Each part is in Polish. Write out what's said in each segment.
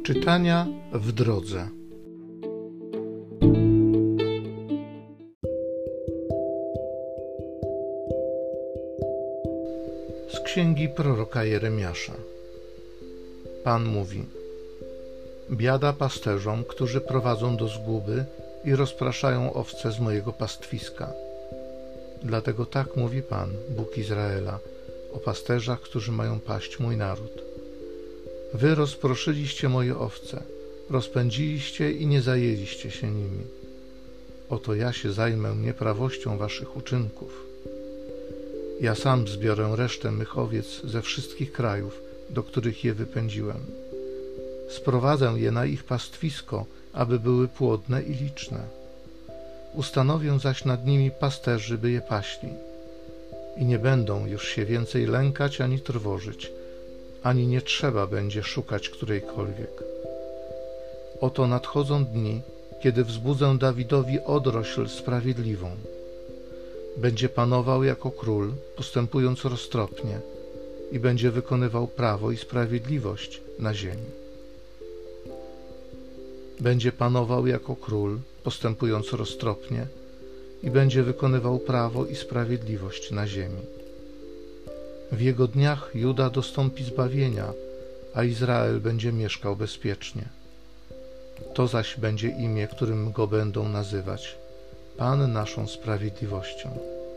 Czytania w drodze. Z księgi proroka Jeremiasza. Pan mówi: biada pasterzom, którzy prowadzą do zguby i rozpraszają owce z mojego pastwiska. Dlatego tak mówi Pan, Bóg Izraela, o pasterzach, którzy mają paść mój naród. Wy rozproszyliście moje owce, rozpędziliście i nie zajęliście się nimi. Oto ja się zajmę nieprawością waszych uczynków. Ja sam zbiorę resztę mych owiec ze wszystkich krajów, do których je wypędziłem. Sprowadzę je na ich pastwisko, aby były płodne i liczne. Ustanowię zaś nad nimi pasterzy, by je paśli. I nie będą już się więcej lękać ani trwożyć, ani nie trzeba będzie szukać którejkolwiek. Oto nadchodzą dni, kiedy wzbudzę Dawidowi odrośl sprawiedliwą. Będzie panował jako król, postępując roztropnie, i będzie wykonywał prawo i sprawiedliwość na ziemi. Będzie panował jako król, postępując roztropnie, i będzie wykonywał prawo i sprawiedliwość na ziemi. W jego dniach Juda dostąpi zbawienia, a Izrael będzie mieszkał bezpiecznie. To zaś będzie imię, którym go będą nazywać: Pan naszą sprawiedliwością.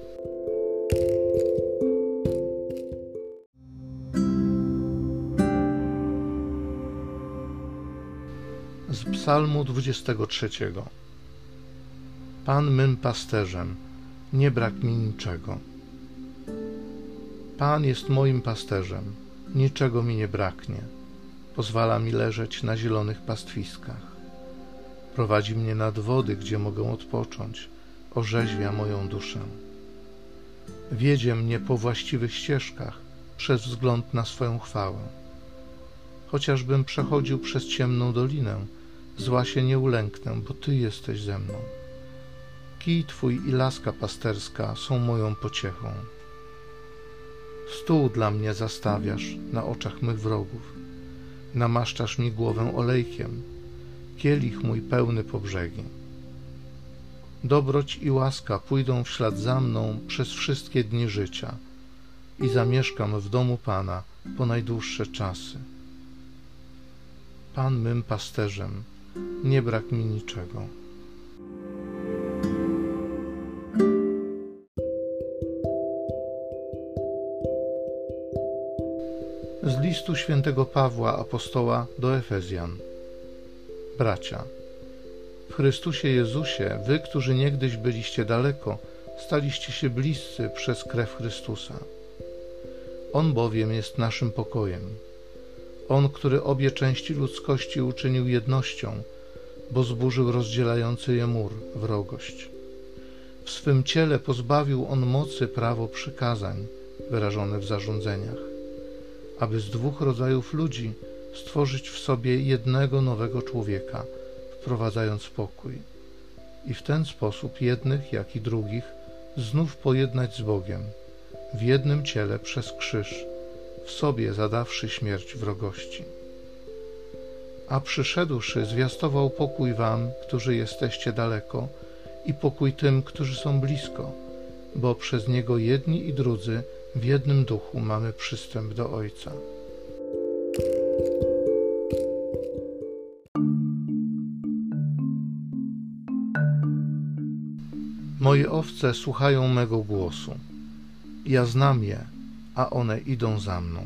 Z Psalmu 23. Pan mym pasterzem, nie brak mi niczego. Pan jest moim pasterzem, niczego mi nie braknie. Pozwala mi leżeć na zielonych pastwiskach. Prowadzi mnie nad wody, gdzie mogę odpocząć, orzeźwia moją duszę. Wiedzie mnie po właściwych ścieżkach, przez wzgląd na swoją chwałę. Chociażbym przechodził przez ciemną dolinę, zła się nie ulęknę, bo Ty jesteś ze mną. Kij Twój i laska pasterska są moją pociechą. Stół dla mnie zastawiasz na oczach mych wrogów. Namaszczasz mi głowę olejkiem, kielich mój pełny po brzegi. Dobroć i łaska pójdą w ślad za mną przez wszystkie dni życia i zamieszkam w domu Pana po najdłuższe czasy. Pan mym pasterzem, nie brak mi niczego. Z listu świętego Pawła apostoła do Efezjan. Bracia, w Chrystusie Jezusie wy, którzy niegdyś byliście daleko, staliście się bliscy przez krew Chrystusa. On bowiem jest naszym pokojem. On, który obie części ludzkości uczynił jednością, bo zburzył rozdzielający je mur, wrogość. W swym ciele pozbawił on mocy prawo przykazań, wyrażone w zarządzeniach, aby z dwóch rodzajów ludzi stworzyć w sobie jednego nowego człowieka, wprowadzając pokój, i w ten sposób jednych, jak i drugich znów pojednać z Bogiem, w jednym ciele przez krzyż, w sobie zadawszy śmierć wrogości. A przyszedłszy, zwiastował pokój wam, którzy jesteście daleko, i pokój tym, którzy są blisko, bo przez Niego jedni i drudzy w jednym duchu mamy przystęp do Ojca. Moje owce słuchają mego głosu. Ja znam je, a one idą za mną.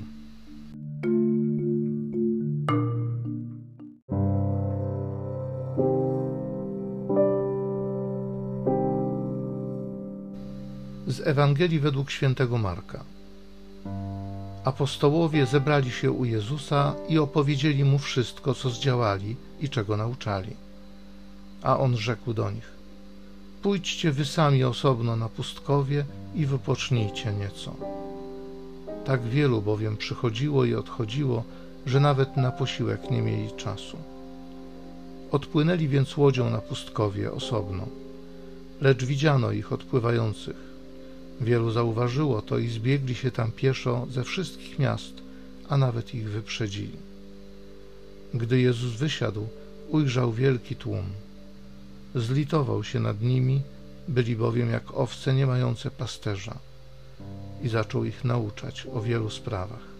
Z Ewangelii według świętego Marka. Apostołowie zebrali się u Jezusa i opowiedzieli Mu wszystko, co zdziałali i czego nauczali. A On rzekł do nich: pójdźcie wy sami osobno na pustkowie i wypocznijcie nieco. Tak wielu bowiem przychodziło i odchodziło, że nawet na posiłek nie mieli czasu. Odpłynęli więc łodzią na pustkowie osobno, lecz widziano ich odpływających. Wielu zauważyło to i zbiegli się tam pieszo ze wszystkich miast, a nawet ich wyprzedzili. Gdy Jezus wysiadł, ujrzał wielki tłum. Zlitował się nad nimi, byli bowiem jak owce nie mające pasterza, i zaczął ich nauczać o wielu sprawach.